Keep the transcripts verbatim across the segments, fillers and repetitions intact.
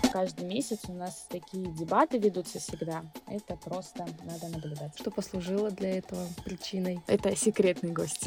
каждый месяц у нас такие дебаты ведутся всегда. Это просто надо наблюдать. Что послужило для этого причиной? Это секретный гость.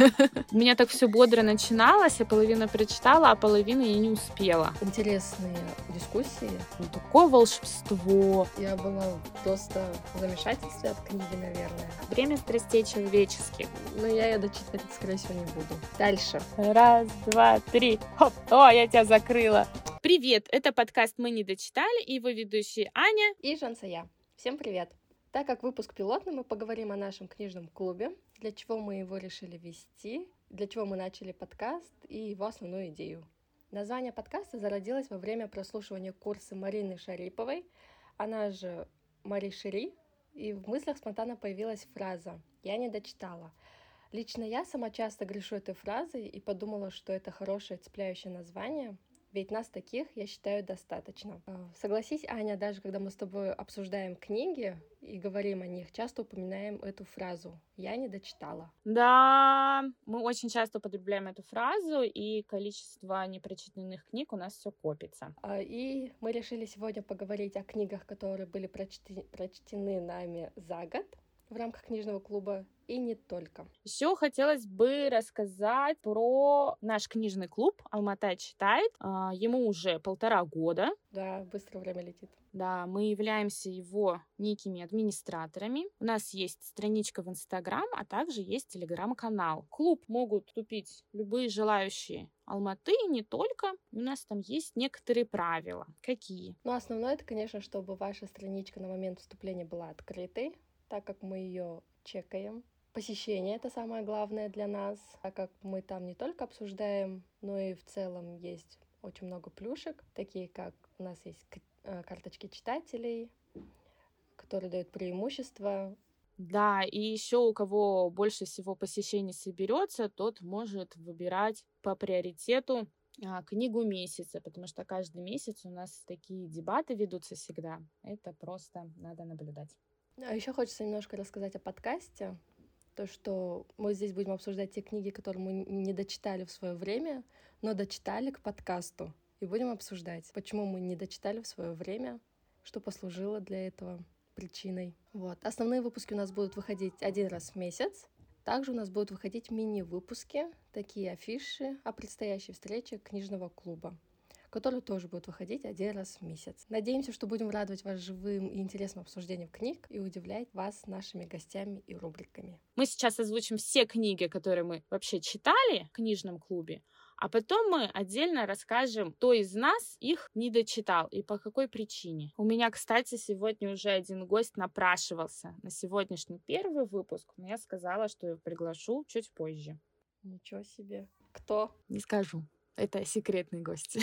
У меня так все бодро начиналось, я половину прочитала, а половину я не успела. Интересные дискуссии. Ну, такое волшебство. Я была просто в замешательстве от книги, наверное. Время страстей человеческих. Но я ее дочитать, скорее всего, не буду. Дальше. Раз, два, три. Хоп. О, я тебя закрыла. Привет, это подкаст «Мы не дочитали» и его ведущие Аня и Жансая. Всем привет. Так как выпуск пилотный, мы поговорим о нашем книжном клубе, для чего мы его решили вести, для чего мы начали подкаст и его основную идею. Название подкаста зародилось во время прослушивания курса Марины Шариповой, она же Мари Шири, и в мыслях спонтанно появилась фраза «Я не дочитала». Лично я сама часто грешу этой фразой и подумала, что это хорошее цепляющее название, ведь нас таких, я считаю, достаточно. Согласись, Аня, даже когда мы с тобой обсуждаем книги и говорим о них, часто упоминаем эту фразу «я не дочитала». Да, мы очень часто употребляем эту фразу, и количество непрочитанных книг у нас все копится. И мы решили сегодня поговорить о книгах, которые были прочтены, прочтены нами за год в рамках книжного клуба, и не только. Еще хотелось бы рассказать про наш книжный клуб «Алмата читает». Ему уже полтора года. Да, быстро время летит. Да, мы являемся его некими администраторами. У нас есть страничка в Инстаграм, а также есть Телеграм-канал. В клуб могут вступить любые желающие Алматы, и не только. У нас там есть некоторые правила. Какие? Ну, основное, это, конечно, чтобы ваша страничка на момент вступления была открытой, так как мы ее чекаем. Посещение — это самое главное для нас, так как мы там не только обсуждаем, но и в целом есть очень много плюшек, такие как у нас есть карточки читателей, которые дают преимущество. Да, и еще у кого больше всего посещений соберется, тот может выбирать по приоритету а, книгу месяца, потому что каждый месяц у нас такие дебаты ведутся всегда. Это просто надо наблюдать. А еще хочется немножко рассказать о подкасте. То, что мы здесь будем обсуждать те книги, которые мы не дочитали в свое время, но дочитали к подкасту. И будем обсуждать, почему мы не дочитали в свое время, что послужило для этого причиной. Вот. Основные выпуски у нас будут выходить один раз в месяц. Также у нас будут выходить мини-выпуски, такие афиши о предстоящей встрече книжного клуба, которые тоже будут выходить один раз в месяц. Надеемся, что будем радовать вас живым и интересным обсуждением книг и удивлять вас нашими гостями и рубриками. Мы сейчас озвучим все книги, которые мы вообще читали в книжном клубе, а потом мы отдельно расскажем, кто из нас их не дочитал и по какой причине. У меня, кстати, сегодня уже один гость напрашивался на сегодняшний первый выпуск, но я сказала, что я приглашу чуть позже. Ничего себе. Кто? Не скажу. Это секретный гость.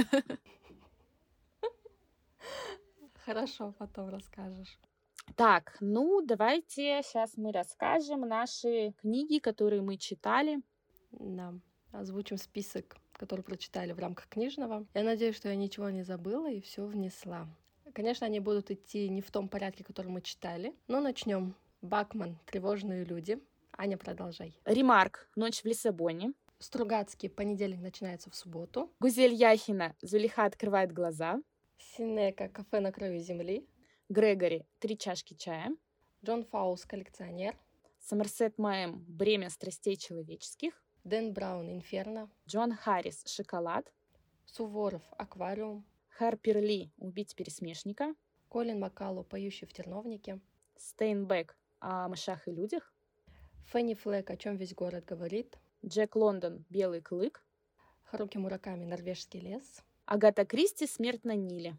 Хорошо, потом расскажешь. Так, ну давайте сейчас мы расскажем наши книги, которые мы читали. Да, озвучим список, который прочитали в рамках книжного. Я надеюсь, что я ничего не забыла и все внесла. Конечно, они будут идти не в том порядке, который мы читали, но начнем. Бакман «Тревожные люди». Аня, продолжай. Ремарк «Ночь в Лиссабоне». Стругацкий «Понедельник начинается в субботу». Гузель Яхина «Зулейха открывает глаза». Синека «Кафе на краю земли». Грегори «Три чашки чая». Джон Фаус «Коллекционер». Сомерсет Моэм «Бремя страстей человеческих». Дэн Браун «Инферно». Джон Харрис «Шоколад». Суворов «Аквариум». Харпер Ли «Убить пересмешника». Колин Маккалло «Поющий в терновнике». Стейнбек «О мышах и людях». Фенни Флэк «О чем весь город говорит». Джек Лондон «Белый клык». Харуки Мураками «Норвежский лес». Агата Кристи «Смерть на Ниле».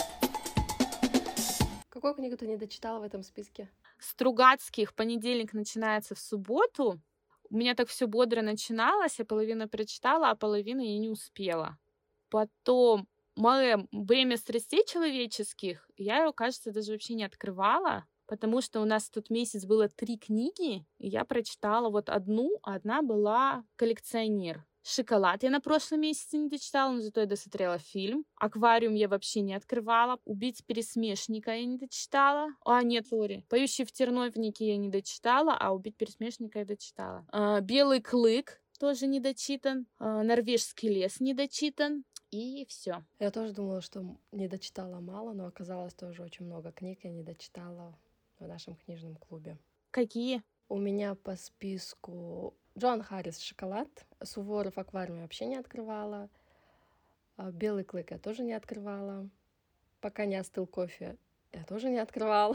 Какую книгу ты не дочитала в этом списке? Стругацких «Понедельник начинается в субботу». У меня так все бодро начиналось, я половину прочитала, а половину я не успела. Потом Моэм «Бремя страстей человеческих». Я ее, кажется, даже вообще не открывала, потому что у нас тут месяц было три книги, и я прочитала вот одну, а одна была «Коллекционер». «Шоколад» я на прошлом месяце не дочитала, но зато я досмотрела фильм. «Аквариум» я вообще не открывала. «Убить пересмешника» я не дочитала. А, нет, сори. «Поющий в терновнике» я не дочитала, а «Убить пересмешника» я дочитала. А, «Белый клык» тоже не дочитан. А, «Норвежский лес» не дочитан. И все. Я тоже думала, что не дочитала мало, но оказалось тоже очень много книг я не дочитала в нашем книжном клубе. Какие? У меня по списку Джоан Харрис «Шоколад», Суворов «Аквариум» я вообще не открывала, «Белый клык» я тоже не открывала, «Пока не остыл кофе» я тоже не открывала.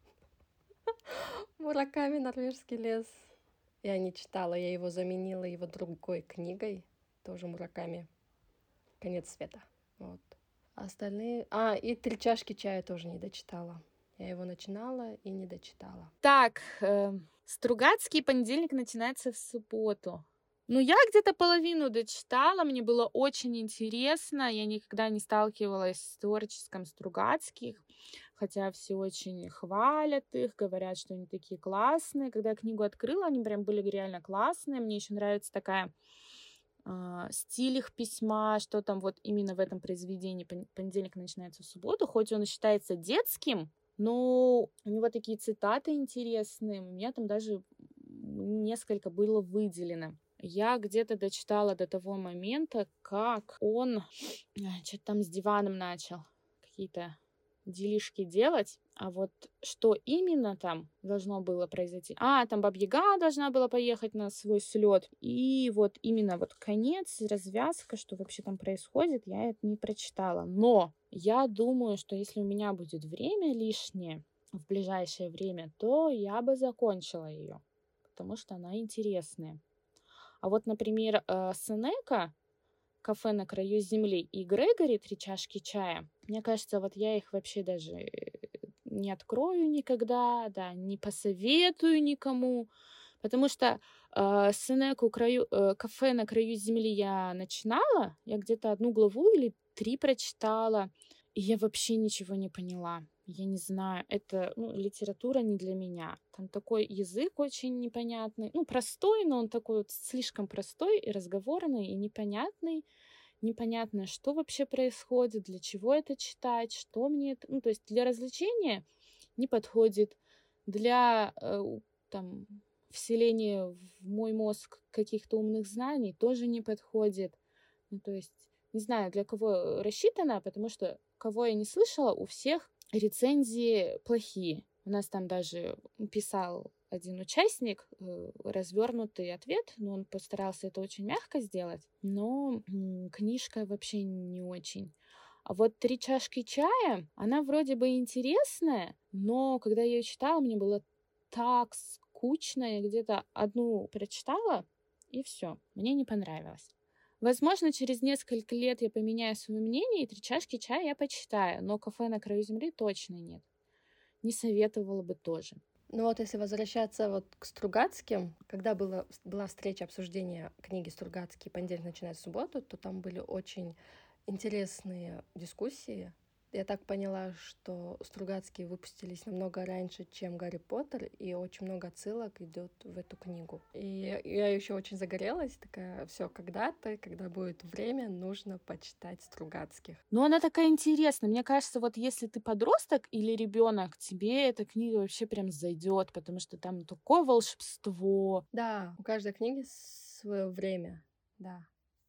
Мураками «Норвежский лес» я не читала, я его заменила его другой книгой, тоже Мураками «Конец света». Вот. Остальные... А, и «Три чашки чая» тоже не дочитала. Я его начинала и не дочитала. Так, э, Стругацкий понедельник начинается в субботу. Ну, я где-то половину дочитала, мне было очень интересно. Я никогда не сталкивалась с творчеством Стругацких, хотя все очень хвалят их, говорят, что они такие классные. Когда я книгу открыла, они прям были реально классные. Мне еще нравится такая э, стиль их письма, что там вот именно в этом произведении «Понедельник начинается в субботу», хоть он и считается детским, но у него такие цитаты интересные, у меня там даже несколько было выделено. Я где-то дочитала до того момента, как он что-то там с диваном начал какие-то делишки делать, а вот что именно там должно было произойти? А, там Баба-Яга должна была поехать на свой слет, и вот именно вот конец, развязка, что вообще там происходит, я это не прочитала. Но я думаю, что если у меня будет время лишнее в ближайшее время, то я бы закончила ее, потому что она интересная. А вот, например, Сенека «Кафе на краю земли» и Грегори «Три чашки чая», мне кажется, вот я их вообще даже не открою никогда, да, не посоветую никому, потому что э, Сенеку краю, э, «Кафе на краю земли» я начинала, я где-то одну главу или три прочитала, и я вообще ничего не поняла. Я не знаю, это ну, литература не для меня. Там такой язык очень непонятный. Ну, простой, но он такой вот слишком простой и разговорный, и непонятный. Непонятно, что вообще происходит, для чего это читать, что мне это... Ну, то есть для развлечения не подходит. Для э, там, вселения в мой мозг каких-то умных знаний тоже не подходит. Ну, то есть не знаю, для кого рассчитано, потому что кого я не слышала, у всех рецензии плохие. У нас там даже писал один участник э, развернутый ответ, но он постарался это очень мягко сделать, но м, книжка вообще не очень. А вот «Три чашки чая», она вроде бы интересная, но когда я ее читала, мне было так скучно, я где-то одну прочитала, и все, мне не понравилось. Возможно, через несколько лет я поменяю свое мнение, и «Три чашки чая» я почитаю, но «Кафе на краю земли» точно нет. Не советовала бы тоже. Ну вот если возвращаться вот к Стругацким, когда было, была встреча обсуждения книги Стругацкий «Понедельник начинается в субботу», то там были очень интересные дискуссии. Я так поняла, что Стругацкие выпустились намного раньше, чем Гарри Поттер, и очень много отсылок идет в эту книгу. И я еще очень загорелась, такая, все, когда-то, когда будет время, нужно почитать Стругацких. Но она такая интересная. Мне кажется, вот если ты подросток или ребенок, тебе эта книга вообще прям зайдет, потому что там такое волшебство. Да, у каждой книги свое время, да.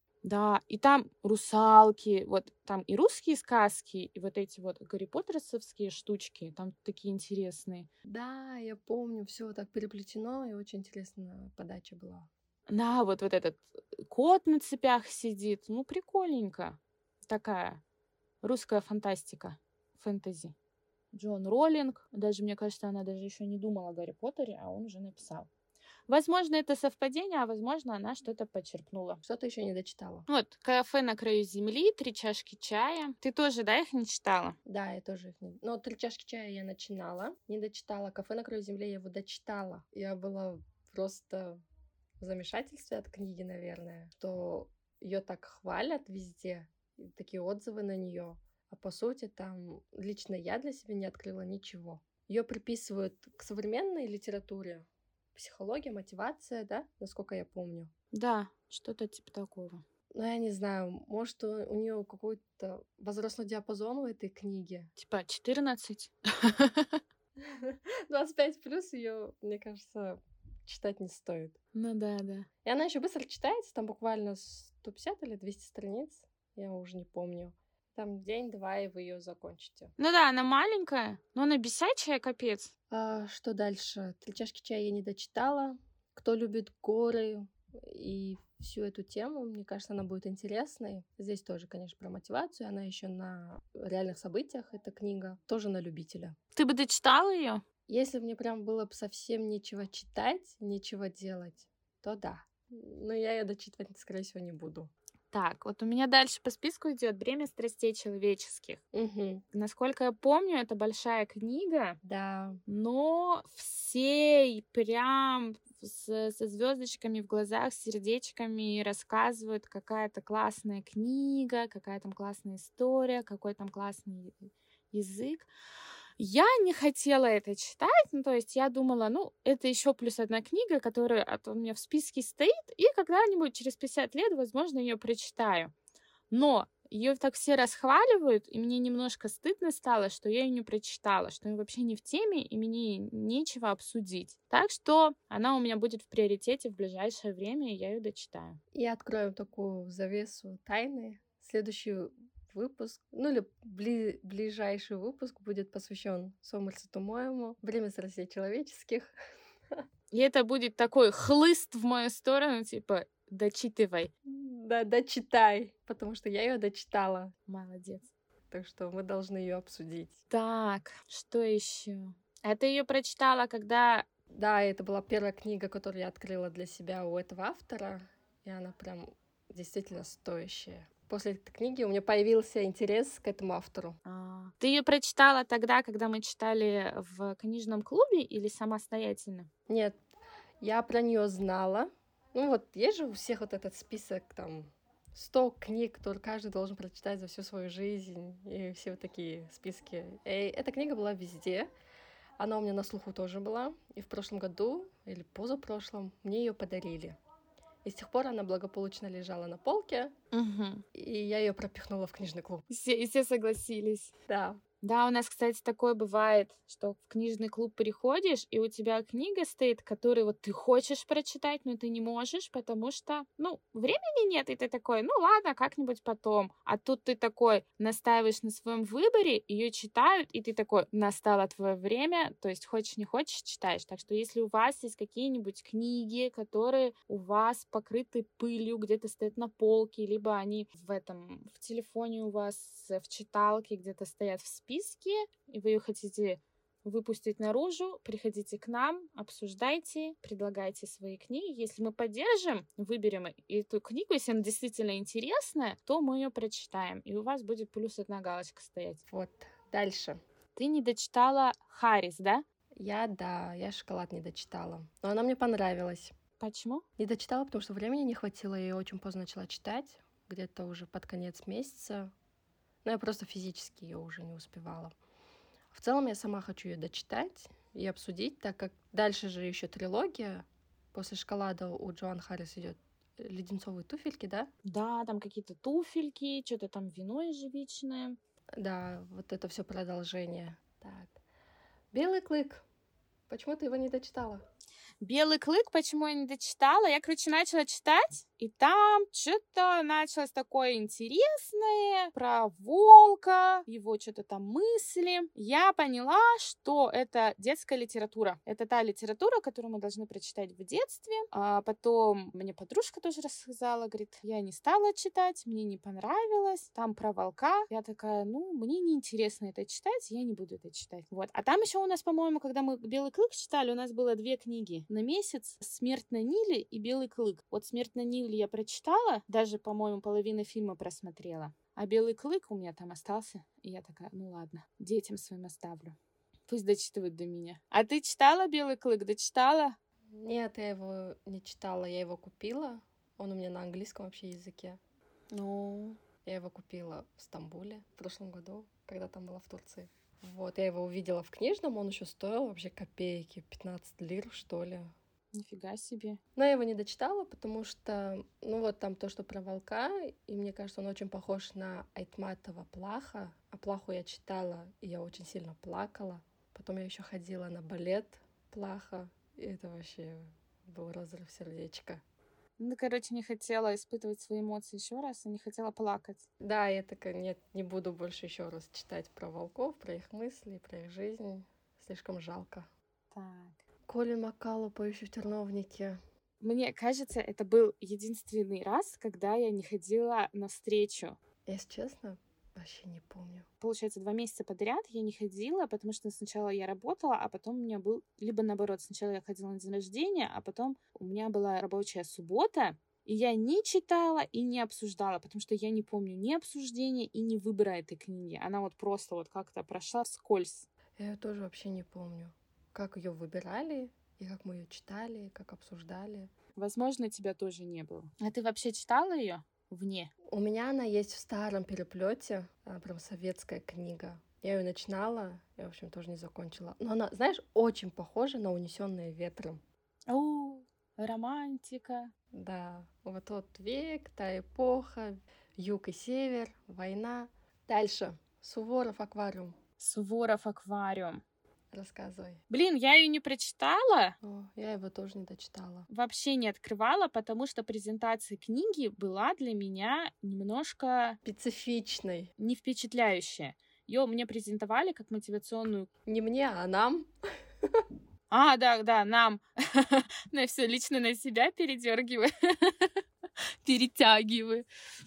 Да, и там русалки, вот там и русские сказки, и вот эти вот Гарри Поттеровские штучки, там такие интересные. Да, я помню, все так переплетено, и очень интересная подача была. Да, вот, вот этот кот на цепях сидит, ну, прикольненько. Такая русская фантастика, фэнтези. Джон Роллинг, даже, мне кажется, она даже еще не думала о Гарри Поттере, а он уже написал. Возможно, это совпадение, а возможно, она что-то почерпнула. Что-то еще не дочитала. Вот, «Кафе на краю земли», «Три чашки чая». Ты тоже, да, их не читала? Да, я тоже их не... Но «Три чашки чая» я начинала, не дочитала. «Кафе на краю земли» я его дочитала. Я была просто в замешательстве от книги, наверное, что ее так хвалят везде, такие отзывы на нее. А по сути там лично я для себя не открыла ничего. Ее приписывают к современной литературе. Психология, мотивация, да, насколько я помню. Да, что-то типа такого. Ну, я не знаю, может, у, у нее какой-то возрастной диапазон у этой книги. Типа четырнадцать? двадцать пять плюс ее, мне кажется, читать не стоит. Ну да, да. И она еще быстро читается, там буквально сто пятьдесят или двести страниц, я уже не помню. Там день-два, и вы ее закончите. Ну да, она маленькая, но она бесячая, капец. А, что дальше? «Три чашки чая» я не дочитала. Кто любит горы и всю эту тему, мне кажется, она будет интересной. Здесь тоже, конечно, про мотивацию. Она еще на реальных событиях, эта книга. Тоже на любителя. Ты бы дочитала ее? Если мне прям было бы совсем нечего читать, нечего делать, то да. Но я ее дочитывать, скорее всего, не буду. Так, вот у меня дальше по списку идет «Бремя страстей человеческих». Угу. Насколько я помню, это большая книга, Да. но всей прям с, со звездочками в глазах, с сердечками рассказывают, какая-то классная книга, какая там классная история, какой там классный язык. Я не хотела это читать, ну, то есть я думала, ну, это еще плюс одна книга, которая от- у меня в списке стоит, и когда-нибудь через пятьдесят лет, возможно, ее прочитаю. Но ее так все расхваливают, и мне немножко стыдно стало, что я ее не прочитала, что я вообще не в теме, и мне нечего обсудить. Так что она у меня будет в приоритете в ближайшее время, и я ее дочитаю. И откроем такую завесу тайны. Следующий выпуск, ну или бли- ближайший выпуск будет посвящен Сомерсету Моему, «Время страстей человеческих». И это будет такой хлыст в мою сторону, типа, дочитывай. Да, дочитай, потому что я ее дочитала. Молодец. Так что мы должны ее обсудить. Так, что еще? А ты ее прочитала, когда... Да, это была первая книга, которую я открыла для себя у этого автора, и она прям действительно стоящая. После этой книги у меня появился интерес к этому автору. А, ты ее прочитала тогда, когда мы читали в книжном клубе или самостоятельно? Нет, я про нее знала. Ну вот, есть же у всех вот этот список, там, сто книг, которые каждый должен прочитать за всю свою жизнь, и все вот такие списки. И эта книга была везде. Она у меня на слуху тоже была. И в прошлом году, или позапрошлом, мне ее подарили. И с тех пор она благополучно лежала на полке, Угу. и я ее пропихнула в книжный клуб. И все, и все согласились. Да. Да, у нас, кстати, такое бывает, что в книжный клуб приходишь, и у тебя книга стоит, которую вот ты хочешь прочитать, но ты не можешь, потому что, ну, времени нет, и ты такой, ну ладно, как-нибудь потом. А тут ты такой настаиваешь на своем выборе, ее читают, и ты такой, настало твое время, то есть хочешь не хочешь, читаешь. Так что если у вас есть какие-нибудь книги, которые у вас покрыты пылью, где-то стоят на полке, либо они в этом, в телефоне у вас, в читалке где-то стоят в списке, и вы ее хотите выпустить наружу, приходите к нам, обсуждайте, предлагайте свои книги. Если мы поддержим, выберем эту книгу, если она действительно интересная, то мы ее прочитаем, и у вас будет плюс одна галочка стоять. Вот, дальше. Ты не дочитала Харрис, да? Я, да, я «Шоколад» не дочитала. Но она мне понравилась. Почему? Не дочитала, потому что времени не хватило, я ее очень поздно начала читать, где-то уже под конец месяца. Но я просто физически ее уже не успевала. В целом я сама хочу ее дочитать и обсудить, так как дальше же еще трилогия. После «Шоколада» у Джоан Харрис идет «Леденцовые туфельки», да? Да, там какие-то туфельки, что-то там вино ежевичное. Да, вот это все продолжение. Так. «Белый клык». Почему ты его не дочитала? «Белый клык», почему я не дочитала? Я, короче, начала читать, и там что-то началось такое интересное про волка, его что-то там мысли. Я поняла, что это детская литература. Это та литература, которую мы должны прочитать в детстве. А потом мне подружка тоже рассказала, говорит, я не стала читать, мне не понравилось. Там про волка. Я такая, ну, мне неинтересно это читать, я не буду это читать. Вот. А там еще у нас, по-моему, когда мы «Белый клык» читали, у нас было две книги на месяц: «Смерть на Ниле» и «Белый клык». Вот «Смерть на Ниле» я прочитала, даже, по-моему, половину фильма просмотрела. А «Белый клык» у меня там остался. И я такая, ну ладно, детям своим оставлю. Пусть дочитывают до меня. А ты читала «Белый клык»? Дочитала? Нет, я его не читала, я его купила. Он у меня на английском вообще языке. Ну... Я его купила в Стамбуле в прошлом году, когда там была в Турции. Вот, я его увидела в книжном, он еще стоил вообще копейки, пятнадцать лир, что ли. Нифига себе. Но я его не дочитала, потому что, ну вот там то, что про волка, и мне кажется, он очень похож на Айтматова Плаха. А Плаху я читала, и я очень сильно плакала. Потом я еще ходила на балет Плаха, и это вообще был разрыв сердечка. Ну, короче, не хотела испытывать свои эмоции еще раз и не хотела плакать. Да, я такая, нет, не буду больше еще раз читать про волков, про их мысли, про их жизнь. Слишком жалко. Так. Колин Маккалу, поющий в терновнике. Мне кажется, это был единственный раз, когда я не ходила на встречу. Если честно, вообще не помню. Получается, два месяца подряд я не ходила, потому что сначала я работала, а потом у меня был... Либо наоборот, сначала я ходила на день рождения, а потом у меня была рабочая суббота, и я не читала и не обсуждала, потому что я не помню ни обсуждения и ни выбора этой книги. Она вот просто вот как-то прошла вскользь. Я ее тоже вообще не помню. Как ее выбирали, и как мы ее читали, и как обсуждали. Возможно, тебя тоже не было. А ты вообще читала ее вне? У меня она есть в старом переплете, она прям советская книга. Я ее начинала, я, в общем, тоже не закончила. Но она, знаешь, очень похожа на «Унесенные ветром». О, романтика. Да, вот тот век, та эпоха, юг и север, война. Дальше. Суворов «Аквариум». Суворов «Аквариум». Рассказывай. Блин, я ее не прочитала. О, я его тоже не дочитала. Вообще не открывала, потому что презентация книги была для меня немножко... Специфичной. Не впечатляющая. Ее мне презентовали как мотивационную... Не мне, а нам. А, да, да, нам. Ну, все лично на себя передергиваю. Перетягиваю.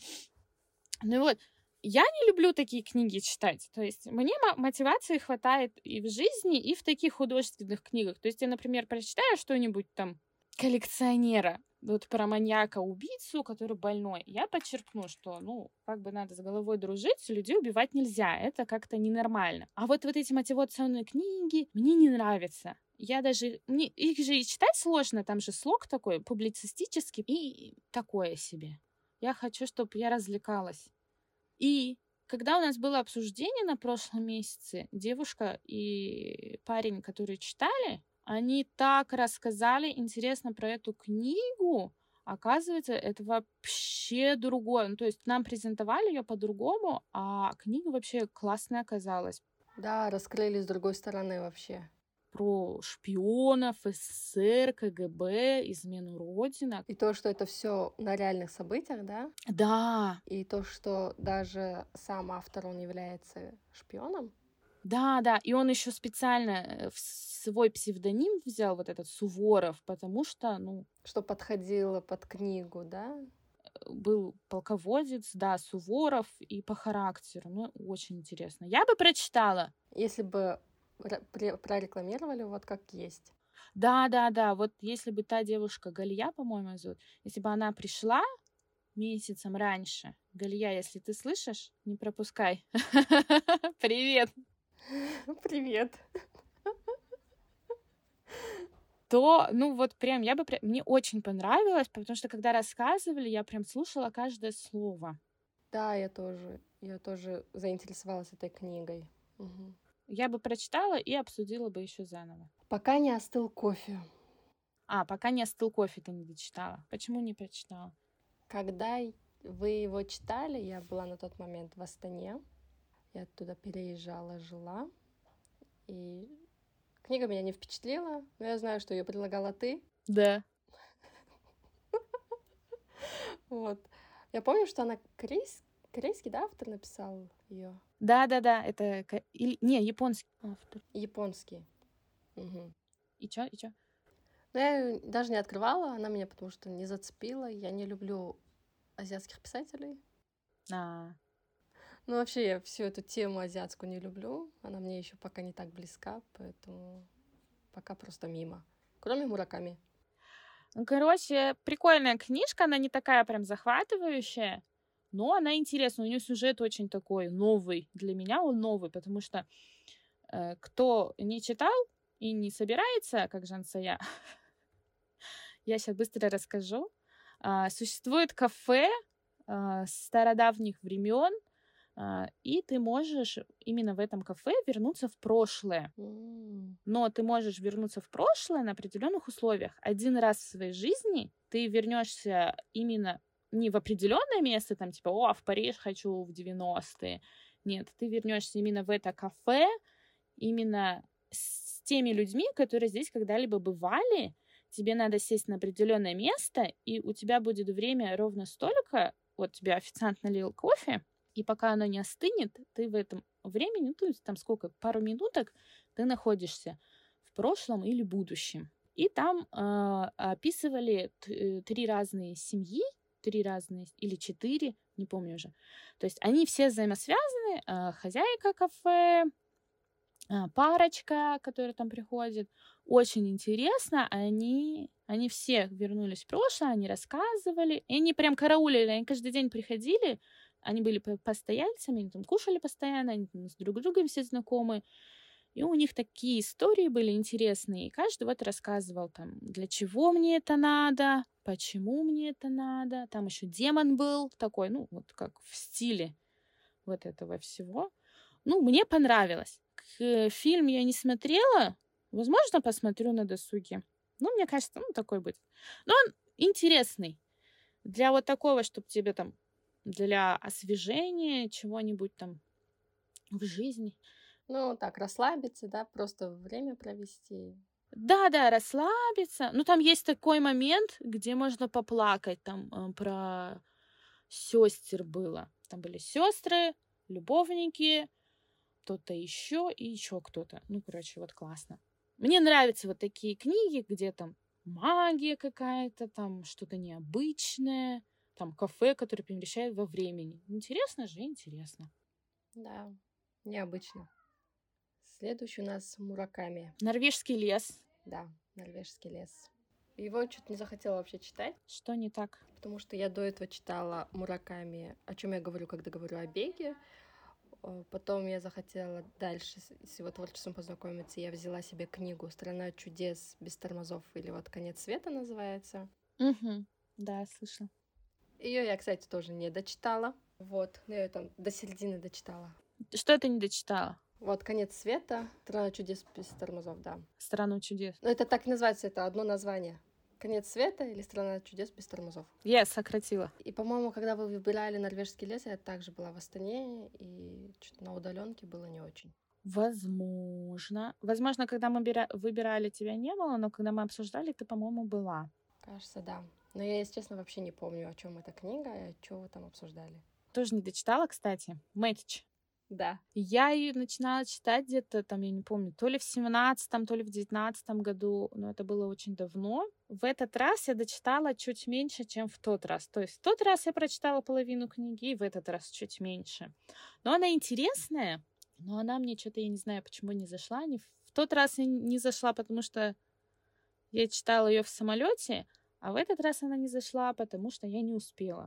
Ну вот, я не люблю такие книги читать. То есть мне мотивации хватает и в жизни, и в таких художественных книгах. То есть я, например, прочитаю что-нибудь там коллекционера, вот про маньяка-убийцу, который больной. Я подчеркну, что, ну, как бы надо с головой дружить, людей убивать нельзя. Это как-то ненормально. А вот, вот эти мотивационные книги мне не нравятся. Я даже... Мне, их же и читать сложно, там же слог такой публицистический и такое себе. Я хочу, чтобы я развлекалась. И когда у нас было обсуждение на прошлом месяце, девушка и парень, которые читали, они так рассказали интересно про эту книгу. Оказывается, это вообще другое. Ну, то есть нам презентовали ее по-другому, а книга вообще классная оказалась. Да, раскрыли с другой стороны вообще. Про шпионов, СССР, КГБ, измену Родины. И то, что это все на реальных событиях, да? Да. И то, что даже сам автор, он является шпионом. Да, да, и он еще специально в свой псевдоним взял, вот этот Суворов, потому что, ну... Что подходило под книгу, да? Был полководец, да, Суворов, и по характеру. Ну, очень интересно. Я бы прочитала. Если бы прорекламировали вот как есть. Да, да, да. Вот если бы та девушка, Галия, по-моему, зовут, если бы она пришла месяцем раньше, Галия, если ты слышишь, не пропускай. Привет. Привет. То, ну вот прям, я бы... Мне очень понравилось, потому что когда рассказывали, я прям слушала каждое слово. Да, я тоже. Я тоже заинтересовалась этой книгой. Угу. Я бы прочитала и обсудила бы еще заново. Пока не остыл кофе. А, пока не остыл кофе, ты не дочитала. Почему не прочитала? Когда вы его читали, я была на тот момент в Астане. Я оттуда переезжала, жила. И книга меня не впечатлила, но я знаю, что ее предлагала ты. Да. Вот. Я помню, что она корейский, корейский, да, автор написал ее. Да, да, да. Это или не японский автор. Японский. Угу. И чё, и чё? Но я ее даже не открывала, она меня потому что не зацепила. Я не люблю азиатских писателей. А. Ну, вообще, я всю эту тему азиатскую не люблю. Она мне еще пока не так близка, поэтому пока просто мимо. Кроме Мураками. Ну, короче, прикольная книжка, она не такая прям захватывающая, но она интересная. У нее сюжет очень такой новый. Для меня он новый, потому что э, кто не читал и не собирается, как Жан Сая, я сейчас быстро расскажу. А, существует кафе а, стародавних времен, а, и ты можешь именно в этом кафе вернуться в прошлое. Mm. Но ты можешь вернуться в прошлое на определенных условиях. Один раз в своей жизни ты вернешься именно не в определенное место, там типа, о, в Париж хочу в девяностые. Нет, ты вернешься именно в это кафе, именно с теми людьми, которые здесь когда-либо бывали, тебе надо сесть на определенное место, и у тебя будет время ровно столько, вот тебе официант налил кофе, и пока оно не остынет, ты в этом времени, ну, то есть там сколько, пару минуток, ты находишься в прошлом или будущем. И там э, описывали т- три разные семьи, три разные, или четыре, не помню уже. То есть они все взаимосвязаны, э, хозяйка кафе, э, парочка, которая там приходит. Очень интересно, они, они все вернулись в прошлое, они рассказывали, и они прям караулили, они каждый день приходили, они были постояльцами, они там кушали постоянно, они там с друг другом все знакомы. И у них такие истории были интересные. И каждый вот рассказывал там, для чего мне это надо, почему мне это надо. Там еще демон был такой, ну, вот как в стиле вот этого всего. Ну, мне понравилось. К- Фильм я не смотрела. Возможно, посмотрю на досуге. Ну, мне кажется, ну, такой будет. Но он интересный. Для вот такого, чтобы тебе там, для освежения чего-нибудь там в жизни. Ну, так, расслабиться, да, просто время провести. Да, да, расслабиться. Ну, там есть такой момент, где можно поплакать. Там э, про сестер было. Там были сестры, любовники, кто-то еще и еще кто-то. Ну, короче, вот классно. Мне нравятся вот такие книги, где там магия какая-то, там что-то необычное, там кафе, которое перемещает во времени. Интересно же, интересно. Да, необычно. Следующий у нас Мураками. Норвежский лес. Да, норвежский лес. Его чуть не захотела вообще читать, Что не так? потому что я до этого читала Мураками, о чем я говорю, когда говорю о беге. Э, Потом я захотела дальше с с его творчеством познакомиться. Я взяла себе книгу «Страна чудес без тормозов» или вот «Конец света» называется. Угу. Да, я слышала. Ее я, кстати, тоже не дочитала. Вот, но я её там до середины дочитала. Что ты не дочитала? Вот «Конец света», «Страна чудес без тормозов», да. «Страну чудес». Но это так и называется, это одно название. «Конец света» или «Страна чудес без тормозов». Я сократила. И, по-моему, когда вы выбирали норвежский лес, я также была в Астане, и что-то на удаленке было не очень. Возможно. Возможно, когда мы бира- выбирали, тебя не было, но когда мы обсуждали, ты, по-моему, была. Кажется, да. Но я, если честно, вообще не помню, о чем эта книга и что вы там обсуждали. Тоже не дочитала, кстати. Мэтч. Да. Я ее начинала читать где-то, там, я не помню, то ли в семнадцатом, то ли в девятнадцатом году, но это было очень давно. В этот раз я дочитала чуть меньше, чем в тот раз. То есть в тот раз я прочитала половину книги, и в этот раз чуть меньше. Но она интересная, но она мне что-то, я не знаю, почему не зашла. Не... В тот раз я не зашла, потому что я читала ее в самолете, а в этот раз она не зашла, потому что я не успела.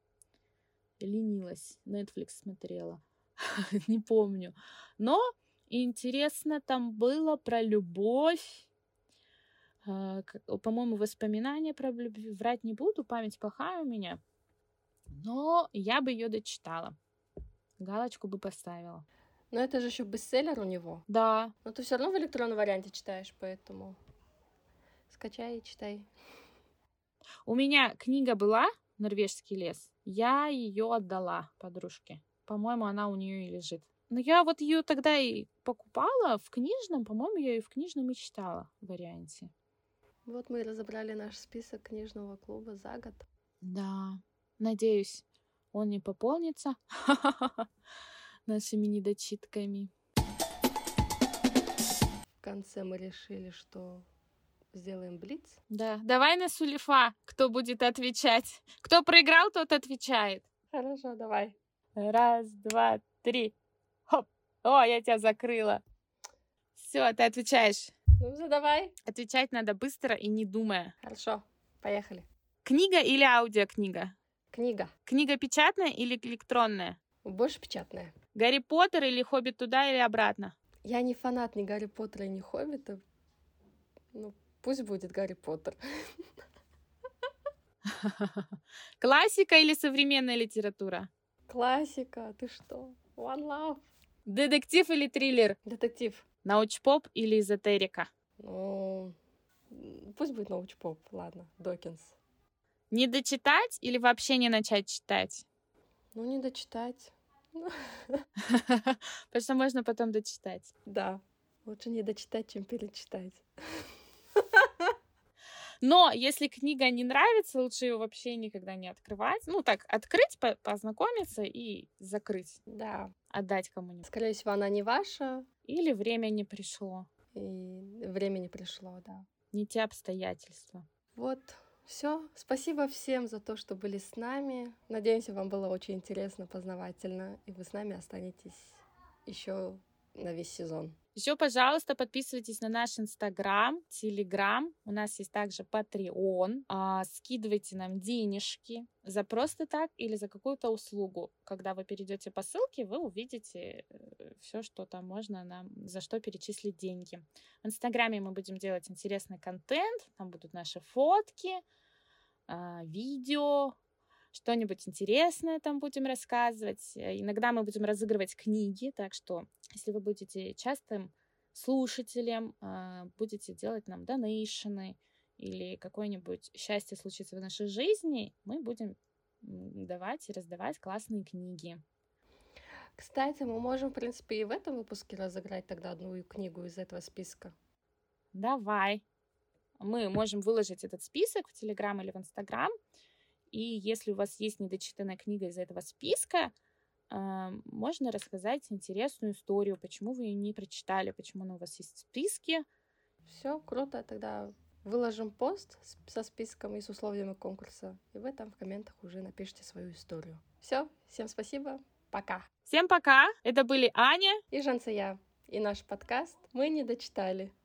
Ленилась, Netflix смотрела. Не помню. Но интересно там было про любовь. А, к- По-моему, воспоминания про любовь. Врать не буду, память плохая у меня. Но я бы ее дочитала. Галочку бы поставила. Но это же еще бестселлер у него. Да. Но ты все равно в электронном варианте читаешь, поэтому скачай и читай. У меня книга была «Норвежский лес». Я ее отдала подружке. По-моему, она у нее и лежит. Но я вот ее тогда и покупала в книжном. По-моему, я ее в книжном и читала в варианте. Вот мы и разобрали наш список книжного клуба за год. Да, надеюсь, он не пополнится нашими недочитками. В конце мы решили, что сделаем блиц. Да, давай на Сулифа, кто будет отвечать. Кто проиграл, тот отвечает. Хорошо, давай. Раз, два, три. Хоп. О, я тебя закрыла. Все, ты отвечаешь. Ну, задавай. Отвечать надо быстро и не думая. Хорошо, поехали. Книга или аудиокнига? Книга. Книга печатная или электронная? Больше печатная. Гарри Поттер или Хоббит туда или обратно? Я не фанат ни Гарри Поттера, ни Хоббита. Ну, пусть будет Гарри Поттер. Классика или современная литература? Классика, ты что? One Love. Детектив или триллер? Детектив. Научпоп или эзотерика? Ну, пусть будет научпоп, ладно, Докинс. Не дочитать или вообще не начать читать? Ну, не дочитать. Потому что можно потом дочитать. Да, лучше не дочитать, чем перечитать. Но если книга не нравится, лучше ее вообще никогда не открывать. Ну, так, открыть, по- познакомиться и закрыть. Да. Отдать кому-нибудь. Скорее всего, она не ваша. Или время не пришло. И время не пришло, да. Не те обстоятельства. Вот, все. Спасибо всем за то, что были с нами. Надеемся, вам было очень интересно, познавательно, и вы с нами останетесь еще на весь сезон. Еще, пожалуйста, подписывайтесь на наш Инстаграм, Телеграм. У нас есть также Patreon. А, скидывайте нам денежки за просто так или за какую-то услугу. Когда вы перейдете по ссылке, вы увидите все, что там можно нам, за что перечислить деньги. В Инстаграме мы будем делать интересный контент. Там будут наши фотки, а, видео, что-нибудь интересное там будем рассказывать. Иногда мы будем разыгрывать книги, так что если вы будете частым слушателем, будете делать нам донейшены или какое-нибудь счастье случится в нашей жизни, мы будем давать и раздавать классные книги. Кстати, мы можем, в принципе, и в этом выпуске разыграть тогда одну книгу из этого списка. Давай. Мы можем выложить этот список в Телеграм или в Инстаграм. И если у вас есть недочитанная книга из этого списка, можно рассказать интересную историю, почему вы ее не прочитали, почему она у вас есть в списке. Все, круто. Тогда выложим пост со списком и с условиями конкурса. И вы там в комментах уже напишите свою историю. Все, всем спасибо. Пока. Всем пока. Это были Аня и Жансая. И наш подкаст «Мы не дочитали».